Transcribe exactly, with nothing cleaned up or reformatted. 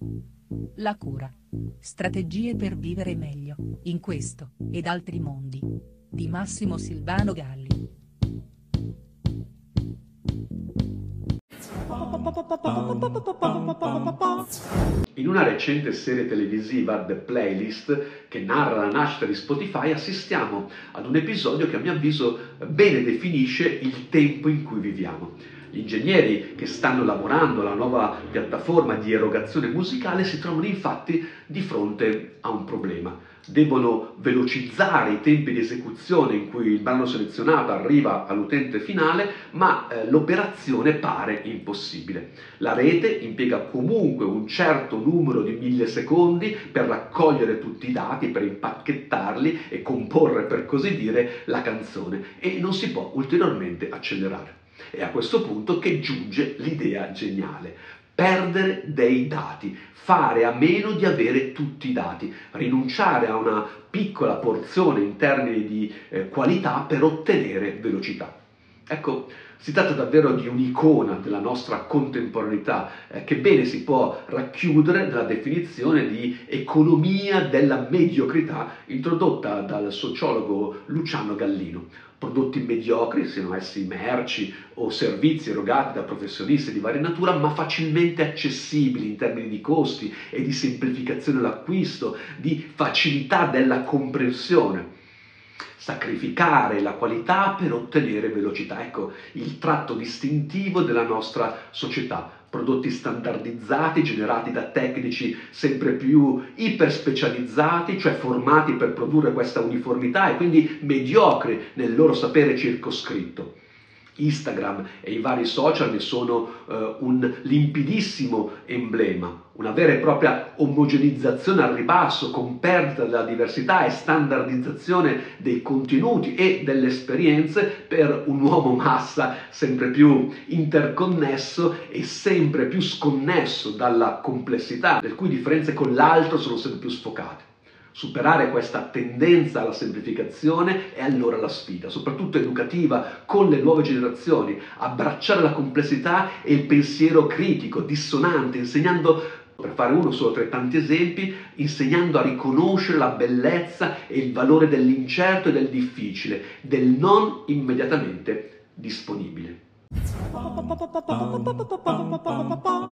La cura. Strategie per vivere meglio, in questo, ed altri mondi. Di Massimo Silvano Galli. In una recente serie televisiva, The Playlist, che narra la nascita di Spotify, assistiamo ad un episodio che a mio avviso bene definisce il tempo in cui viviamo. Gli ingegneri che stanno lavorando alla nuova piattaforma di erogazione musicale si trovano infatti di fronte a un problema. Devono velocizzare i tempi di esecuzione in cui il brano selezionato arriva all'utente finale, ma eh, l'operazione pare impossibile. La rete impiega comunque un certo numero di millisecondi per raccogliere tutti i dati, per impacchettarli e comporre, per così dire, la canzone, e non si può ulteriormente accelerare. È a questo punto che giunge l'idea geniale: perdere dei dati, fare a meno di avere tutti i dati, rinunciare a una piccola porzione in termini di eh, qualità per ottenere velocità. Ecco, si tratta davvero di un'icona della nostra contemporaneità eh, che bene si può racchiudere nella definizione di economia della mediocrità introdotta dal sociologo Luciano Gallino. Prodotti mediocri, siano essi merci o servizi erogati da professionisti di varia natura, ma facilmente accessibili in termini di costi e di semplificazione dell'acquisto, di facilità della comprensione. Sacrificare la qualità per ottenere velocità. Ecco il tratto distintivo della nostra società. Prodotti standardizzati generati da tecnici sempre più iperspecializzati, cioè formati per produrre questa uniformità e quindi mediocri nel loro sapere circoscritto. Instagram e i vari social ne sono eh, un limpidissimo emblema, una vera e propria omogenizzazione al ribasso con perdita della diversità e standardizzazione dei contenuti e delle esperienze per un uomo massa sempre più interconnesso e sempre più sconnesso dalla complessità, le cui differenze con l'altro sono sempre più sfocate. Superare questa tendenza alla semplificazione è allora la sfida, soprattutto educativa, con le nuove generazioni, abbracciare la complessità e il pensiero critico, dissonante, insegnando, per fare uno solo tra i tanti esempi, insegnando a riconoscere la bellezza e il valore dell'incerto e del difficile, del non immediatamente disponibile.